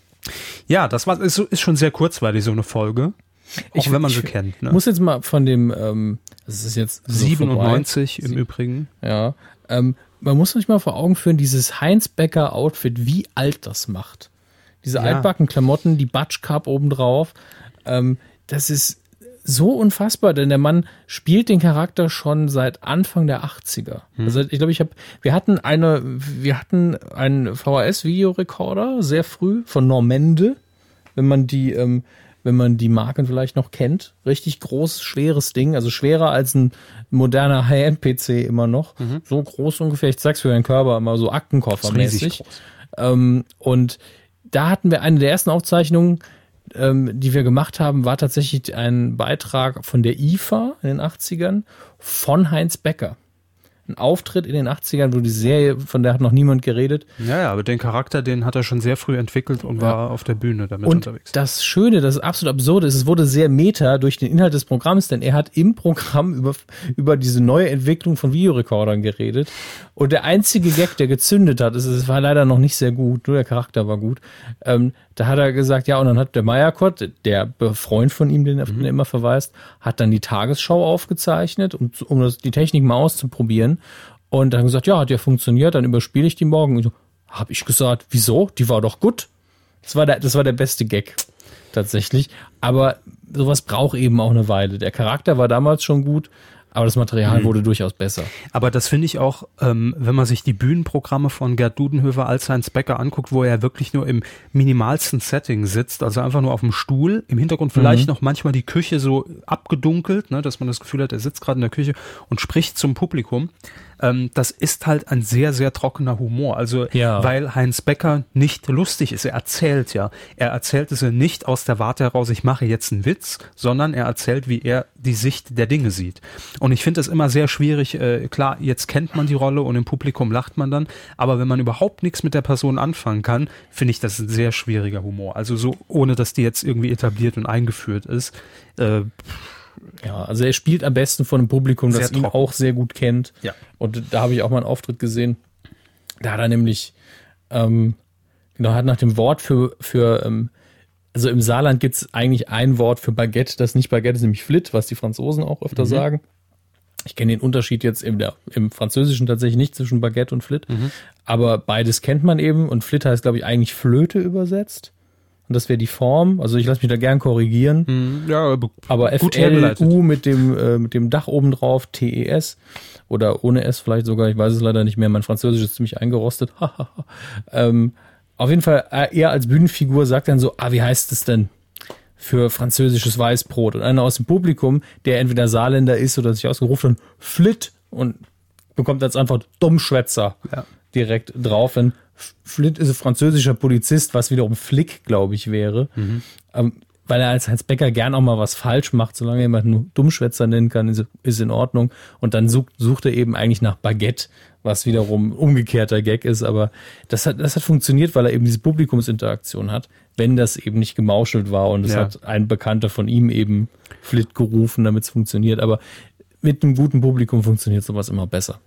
Ja, das war ist, ist schon sehr kurzweilig, so eine Folge. Auch ich, wenn man sie kennt. Ne? Muss jetzt mal von dem, ähm, das ist jetzt so siebenundneunzig vorbei. Im Übrigen. Ja, ähm, man muss sich mal vor Augen führen, dieses Heinz Becker Outfit, wie alt das macht. Diese ja. altbacken Klamotten, die Batschkap obendrauf. Ähm, das ist so unfassbar, denn der Mann spielt den Charakter schon seit Anfang der achtziger. Hm. Also ich glaube, ich habe, wir hatten eine, wir hatten einen V H S-Videorekorder sehr früh von Normende, wenn man die, ähm, wenn man die Marken vielleicht noch kennt. Richtig groß, schweres Ding, also schwerer als ein moderner High-End-P C immer noch. Mhm. So groß ungefähr, ich zeig's für Herrn Körber mal so Aktenkoffermäßig. Ähm, und da hatten wir eine der ersten Aufzeichnungen, ähm, die wir gemacht haben, war tatsächlich ein Beitrag von der I F A in den achtzigern von Heinz Becker. Ein Auftritt in den achtzigern, wo die Serie, von der hat noch niemand geredet. Ja, ja, aber den Charakter, den hat er schon sehr früh entwickelt und ja. war auf der Bühne damit und unterwegs. Das Schöne, das absolut Absurde ist, es wurde sehr meta durch den Inhalt des Programms, denn er hat im Programm über, über diese neue Entwicklung von Videorekordern geredet. Und der einzige Gag, der gezündet hat, ist, es war leider noch nicht sehr gut, nur der Charakter war gut. Ähm, da hat er gesagt, ja, und dann hat der Meyerkott, der Freund von ihm, den er mhm. immer verweist, hat dann die Tagesschau aufgezeichnet, um, um das, die Technik mal auszuprobieren. Und dann gesagt, ja, hat ja funktioniert, dann überspiele ich die morgen. Und so, hab ich gesagt, wieso? Die war doch gut. Das war der, das war der beste Gag, tatsächlich. Aber sowas braucht eben auch eine Weile. Der Charakter war damals schon gut, aber das Material mhm. wurde durchaus besser. Aber das finde ich auch, ähm, wenn man sich die Bühnenprogramme von Gerd Dudenhöfer als Heinz Becker anguckt, wo er wirklich nur im minimalsten Setting sitzt, also einfach nur auf dem Stuhl, im Hintergrund vielleicht mhm. noch manchmal die Küche so abgedunkelt, ne, dass man das Gefühl hat, er sitzt gerade in der Küche und spricht zum Publikum. Ähm, das ist halt ein sehr, sehr trockener Humor. Also, ja. weil Heinz Becker nicht lustig ist. Er erzählt ja. Er erzählt es ja nicht aus der Warte heraus, ich mache jetzt einen Witz, sondern er erzählt, wie er die Sicht der Dinge sieht. Und ich finde es immer sehr schwierig. Äh, klar, jetzt kennt man die Rolle und im Publikum lacht man dann. Aber wenn man überhaupt nichts mit der Person anfangen kann, finde ich das ein sehr schwieriger Humor. Also so, ohne dass die jetzt irgendwie etabliert und eingeführt ist. Äh, Ja, also er spielt am besten von einem Publikum, das ihn auch sehr gut kennt. Ja. Und da habe ich auch mal einen Auftritt gesehen. Da hat er nämlich, ähm, genau, hat nach dem Wort für, für ähm, also im Saarland gibt es eigentlich ein Wort für Baguette, das nicht Baguette ist, nämlich Flit, was die Franzosen auch öfter mhm. sagen. Ich kenne den Unterschied jetzt im, der, im Französischen tatsächlich nicht zwischen Baguette und Flit. Mhm. Aber beides kennt man eben und Flit heißt, glaube ich, eigentlich Flöte übersetzt. Und das wäre die Form. Also ich lasse mich da gern korrigieren. Ja, aber F L U mit dem, äh, mit dem Dach oben drauf, T E S oder ohne S vielleicht sogar. Ich weiß es leider nicht mehr. Mein Französisch ist ziemlich eingerostet. ähm, auf jeden Fall, er als Bühnenfigur sagt dann so, ah, wie heißt es denn für französisches Weißbrot? Und einer aus dem Publikum, der entweder Saarländer ist oder sich ausgerufen hat, Flit und bekommt als Antwort Dummschwätzer ja. direkt drauf. Denn Flit ist ein französischer Polizist, was wiederum Flick, glaube ich, wäre. Mhm. Ähm, weil er als Heinz Becker gern auch mal was falsch macht, solange er jemanden nur Dummschwätzer nennen kann, ist, ist in Ordnung. Und dann sucht, sucht er eben eigentlich nach Baguette, was wiederum umgekehrter Gag ist, aber das hat, das hat funktioniert, weil er eben diese Publikumsinteraktion hat, wenn das eben nicht gemauschelt war und es ja. hat ein Bekannter von ihm eben Flit gerufen, damit es funktioniert, aber mit einem guten Publikum funktioniert sowas immer besser.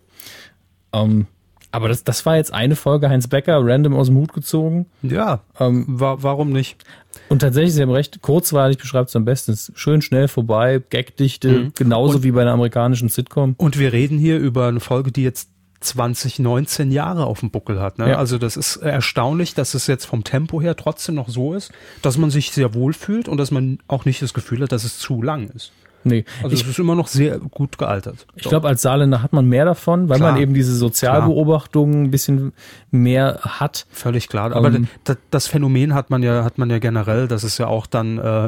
Ähm, aber das, das war jetzt eine Folge Heinz Becker, random aus dem Hut gezogen. Ja, ähm, wa- warum nicht? Und tatsächlich, Sie haben recht, kurzweilig beschreibt es am besten. Es ist schön schnell vorbei, Gagdichte, mhm. genauso und, wie bei einer amerikanischen Sitcom. Und wir reden hier über eine Folge, die jetzt zwanzig neunzehn Jahre auf dem Buckel hat. Ne? Ja. Also das ist erstaunlich, dass es jetzt vom Tempo her trotzdem noch so ist, dass man sich sehr wohl fühlt und dass man auch nicht das Gefühl hat, dass es zu lang ist. Nee. Also ich, es ist immer noch sehr gut gealtert. Ich glaube, als Saarländer hat man mehr davon, weil klar, man eben diese Sozialbeobachtungen ein bisschen mehr hat. Völlig klar. Aber ähm, das, das Phänomen hat man ja, hat man ja generell, dass es ja auch dann äh,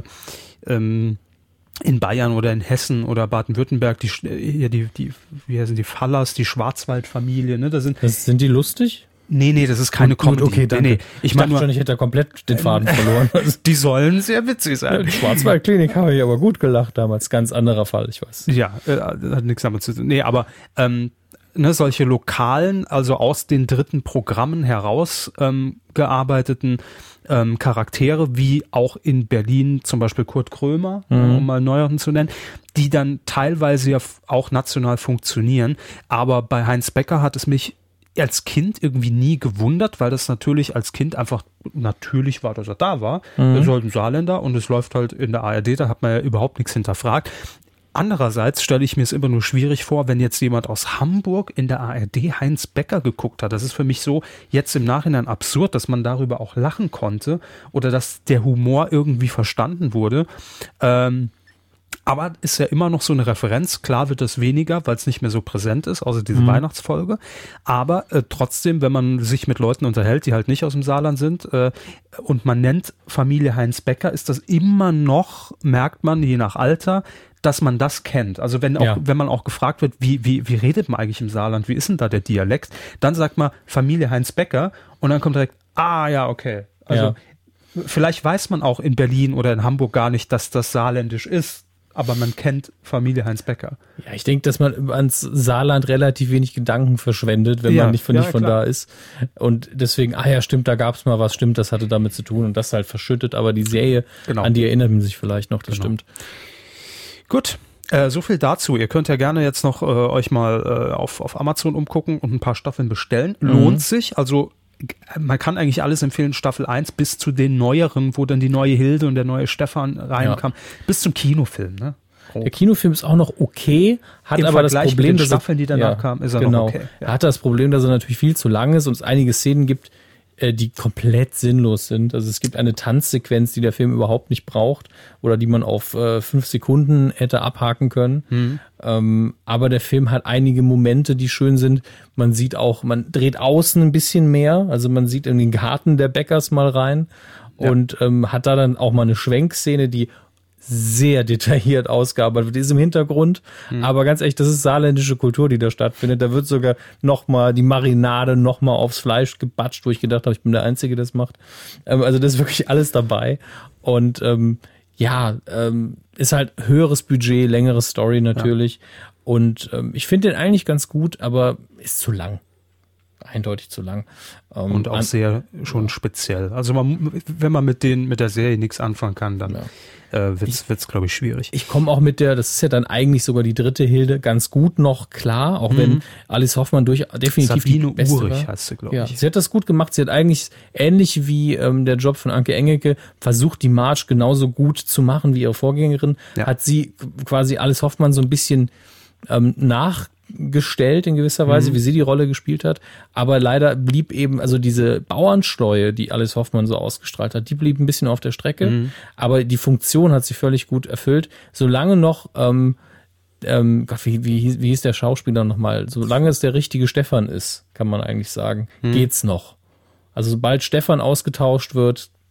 ähm, in Bayern oder in Hessen oder Baden-Württemberg, die, hier die, die, wie heißen die Fallers, die Schwarzwaldfamilie, ne? Da sind, das, sind die lustig? Nee, nee, das ist keine Comedy. Okay, danke. Nee, nee. Ich, ich dachte schon, ich hätte komplett den Faden verloren. Die sollen sehr witzig sein. Die Schwarzwaldklinik habe ich aber gut gelacht damals. Ganz anderer Fall, ich weiß. Ja, äh, hat nichts damit zu tun. Nee, aber ähm, ne, solche lokalen, also aus den dritten Programmen heraus ähm, gearbeiteten ähm, Charaktere, wie auch in Berlin zum Beispiel Kurt Krömer, mhm. um mal neueren zu nennen, die dann teilweise ja auch national funktionieren. Aber bei Heinz Becker hat es mich als Kind irgendwie nie gewundert, weil das natürlich als Kind einfach natürlich war, dass er da war. Mhm. Er ist halt ein Saarländer und es läuft halt in der A R D, da hat man ja überhaupt nichts hinterfragt. Andererseits stelle ich mir es immer nur schwierig vor, wenn jetzt jemand aus Hamburg in der A R D Heinz Becker geguckt hat. Das ist für mich so jetzt im Nachhinein absurd, dass man darüber auch lachen konnte oder dass der Humor irgendwie verstanden wurde. Ähm, Aber ist ja immer noch so eine Referenz. Klar wird das weniger, weil es nicht mehr so präsent ist, außer diese mhm. Weihnachtsfolge. Aber äh, trotzdem, wenn man sich mit Leuten unterhält, die halt nicht aus dem Saarland sind, äh, und man nennt Familie Heinz Becker, ist das immer noch, merkt man, je nach Alter, dass man das kennt. Also wenn auch, ja. wenn man auch gefragt wird, wie, wie, wie redet man eigentlich im Saarland? Wie ist denn da der Dialekt? Dann sagt man Familie Heinz Becker und dann kommt direkt, ah ja, okay. Also ja. vielleicht weiß man auch in Berlin oder in Hamburg gar nicht, dass das saarländisch ist. Aber man kennt Familie Heinz Becker. Ja, ich denke, dass man ans Saarland relativ wenig Gedanken verschwendet, wenn ja, man nicht von, ja, nicht von da ist. Und deswegen, ah ja, stimmt, da gab es mal was, stimmt, das hatte damit zu tun und das halt verschüttet. Aber die Serie, genau. an die erinnert man sich vielleicht noch, das genau. stimmt. Gut, äh, so viel dazu. Ihr könnt ja gerne jetzt noch äh, euch mal äh, auf, auf Amazon umgucken und ein paar Staffeln bestellen. Mhm. Lohnt sich, also man kann eigentlich alles empfehlen, Staffel eins bis zu den neueren, wo dann die neue Hilde und der neue Stefan reinkam, ja. bis zum Kinofilm. Ne? Oh. Der Kinofilm ist auch noch okay, hat Im aber Vergleich das Problem, mit den dass Staffeln, die danach ja, kamen, ist er genau. noch okay. Ja. Er hat das Problem, dass er natürlich viel zu lang ist und es einige Szenen gibt, die komplett sinnlos sind. Also es gibt eine Tanzsequenz, die der Film überhaupt nicht braucht oder die man auf äh, fünf Sekunden hätte abhaken können. Mhm. Ähm, aber der Film hat einige Momente, die schön sind. Man sieht auch, man dreht außen ein bisschen mehr. Also man sieht in den Garten der Bäckers mal rein ja. und ähm, hat da dann auch mal eine Schwenkszene, die sehr detailliert ausgearbeitet wird, ist im Hintergrund. Mhm. Aber ganz ehrlich, das ist saarländische Kultur, die da stattfindet. Da wird sogar nochmal die Marinade nochmal aufs Fleisch gebatscht, wo ich gedacht habe, ich bin der Einzige, der das macht. Ähm, also das ist wirklich alles dabei. Und ähm, ja, ähm, ist halt höheres Budget, längere Story natürlich. Ja. Und ähm, ich finde den eigentlich ganz gut, aber ist zu lang. Eindeutig zu lang. Ähm, und auch an, sehr schon ja. speziell. Also man, wenn man mit den mit der Serie nichts anfangen kann, dann ja. äh, wird's, wird's glaube ich, schwierig. Ich komme auch mit der, das ist ja dann eigentlich sogar die dritte Hilde, ganz gut noch klar, auch mhm. wenn Alice Hoffmann durch definitiv Sabine die beste Uhrig war. heißt sie, glaube ja. ich. Sie hat das gut gemacht. Sie hat eigentlich, ähnlich wie ähm, der Job von Anke Engelke, versucht, die Marge genauso gut zu machen wie ihre Vorgängerin. Ja. Hat sie quasi Alice Hoffmann so ein bisschen ähm, nach gestellt in gewisser Weise, mhm. wie sie die Rolle gespielt hat, aber leider blieb eben, also diese Bauernschleue, die Alice Hoffmann so ausgestrahlt hat, die blieb ein bisschen auf der Strecke, mhm. aber die Funktion hat sie völlig gut erfüllt, solange noch ähm, ähm, Gott, wie, wie, wie hieß der Schauspieler nochmal, solange es der richtige Stefan ist, kann man eigentlich sagen, mhm. geht's noch. Also sobald Stefan ausgetauscht wird,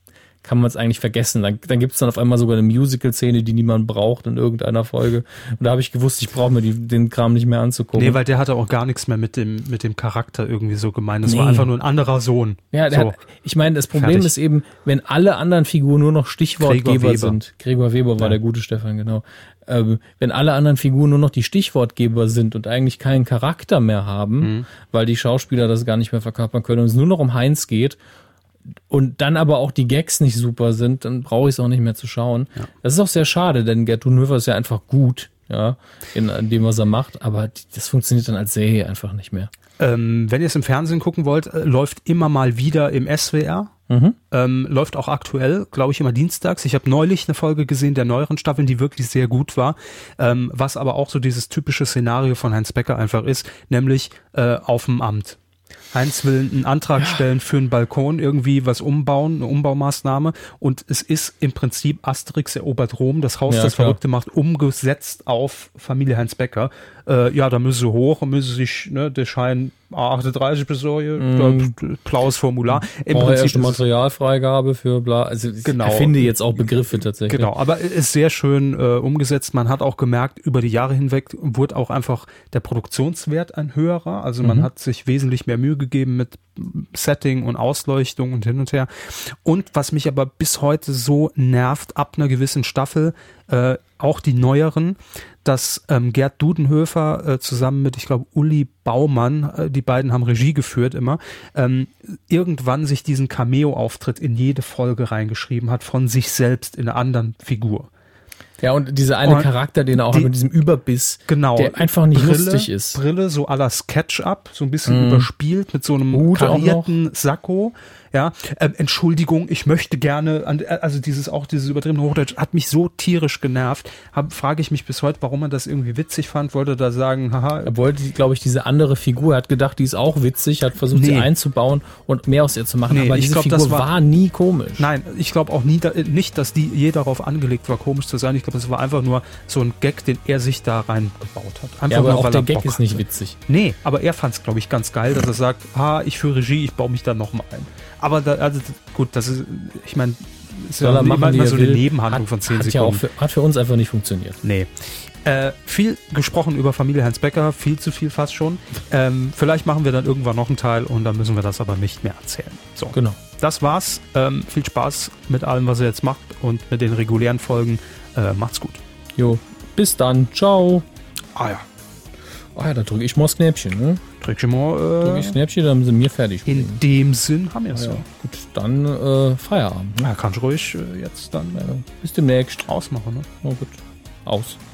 kann man es eigentlich vergessen. Dann, dann gibt es dann auf einmal sogar eine Musical-Szene, die niemand braucht in irgendeiner Folge. Und da habe ich gewusst, ich brauche mir die, den Kram nicht mehr anzugucken. Nee, weil der hatte auch gar nichts mehr mit dem, mit dem Charakter irgendwie so gemeint. Das nee. war einfach nur ein anderer Sohn. Ja, der so. hat, ich meine, das Problem Fertig. ist eben, wenn alle anderen Figuren nur noch Stichwortgeber sind. Gregor Weber war ja. der gute Stefan, genau. Ähm, wenn alle anderen Figuren nur noch die Stichwortgeber sind und eigentlich keinen Charakter mehr haben, mhm. weil die Schauspieler das gar nicht mehr verkörpern können und es nur noch um Heinz geht, und dann aber auch die Gags nicht super sind, dann brauche ich es auch nicht mehr zu schauen. Ja. Das ist auch sehr schade, denn Gerd Dudenhöfer ist ja einfach gut, ja, in, in dem, was er macht, aber das funktioniert dann als Serie einfach nicht mehr. Ähm, wenn ihr es im Fernsehen gucken wollt, äh, läuft immer mal wieder im S W R. Mhm. Ähm, läuft auch aktuell, glaube ich, immer dienstags. Ich habe neulich eine Folge gesehen der neueren Staffeln, die wirklich sehr gut war, ähm, was aber auch so dieses typische Szenario von Heinz Becker einfach ist, nämlich äh, auf dem Amt. Heinz will einen Antrag ja. stellen für einen Balkon, irgendwie was umbauen, eine Umbaumaßnahme. Und es ist im Prinzip Asterix erobert Rom, das Haus, ja, das klar. Verrückte macht, umgesetzt auf Familie Heinz Becker. Äh, ja, da müssen sie hoch und müssen sich ne, der Schein A achtunddreißig besorgen, mm. blaues Formular. Im oh, Prinzip Materialfreigabe für bla. Also ich genau. erfinde jetzt auch Begriffe tatsächlich. Genau, aber es ist sehr schön äh, umgesetzt. Man hat auch gemerkt, über die Jahre hinweg wurde auch einfach der Produktionswert ein höherer. Also man mhm. hat sich wesentlich mehr Mühe gegeben mit Setting und Ausleuchtung und hin und her. Und was mich aber bis heute so nervt, ab einer gewissen Staffel, äh, auch die neueren, dass ähm, Gerd Dudenhöfer äh, zusammen mit, ich glaube, Uli Baumann, äh, die beiden haben Regie geführt immer, ähm, irgendwann sich diesen Cameo-Auftritt in jede Folge reingeschrieben hat von sich selbst in einer anderen Figur. Ja, und dieser eine und Charakter, den er auch die, hat mit diesem Überbiss, genau, der einfach nicht Brille, lustig ist. Brille, so à la Sketch-Up, so ein bisschen mm. überspielt mit so einem Hut karierten Sakko. Ja, ähm, Entschuldigung, ich möchte gerne, an, also dieses auch dieses übertriebene Hochdeutsch hat mich so tierisch genervt. Hab, frage ich mich bis heute, warum man das irgendwie witzig fand. Wollte da sagen, haha. Er wollte, glaube ich, diese andere Figur, er hat gedacht, die ist auch witzig, hat versucht, nee. sie einzubauen und mehr aus ihr zu machen. Nee, aber diese glaub, Figur das war, war nie komisch. Nein, ich glaube auch nie, da, nicht, dass die je darauf angelegt war, komisch zu sein. Ich glaube, das war einfach nur so ein Gag, den er sich da reingebaut hat. Einfach ja, aber nur, auch weil der Gag Bock ist nicht hatte. witzig. Nee, aber er fand es, glaube ich, ganz geil, dass er sagt, ha, ich führe Regie, ich baue mich da nochmal ein. Aber da, also gut, das ist, ich meine, ist ja immer mal so eine Nebenhandlung hat, von zehn hat Sekunden. Ja auch für, hat für uns einfach nicht funktioniert. Nee. Äh, viel gesprochen über Familie Heinz Becker, viel zu viel fast schon. Ähm, vielleicht machen wir dann irgendwann noch einen Teil und dann müssen wir das aber nicht mehr erzählen. So, genau. Das war's. Ähm, viel Spaß mit allem, was ihr jetzt macht und mit den regulären Folgen. Äh, macht's gut. Jo, bis dann. Ciao. Ah ja. Ah ja, da drücke ich mal das Knäppchen, ne? Drück ich mal. Äh, drück ich das Knäppchen, dann sind wir fertig. In bringen. Dem Sinn haben wir es. Ja, ja. Gut, dann äh, Feierabend. Ja, kannst du ruhig äh, jetzt dann ja, bis demnächst ausmachen, ne? Oh gut. Aus.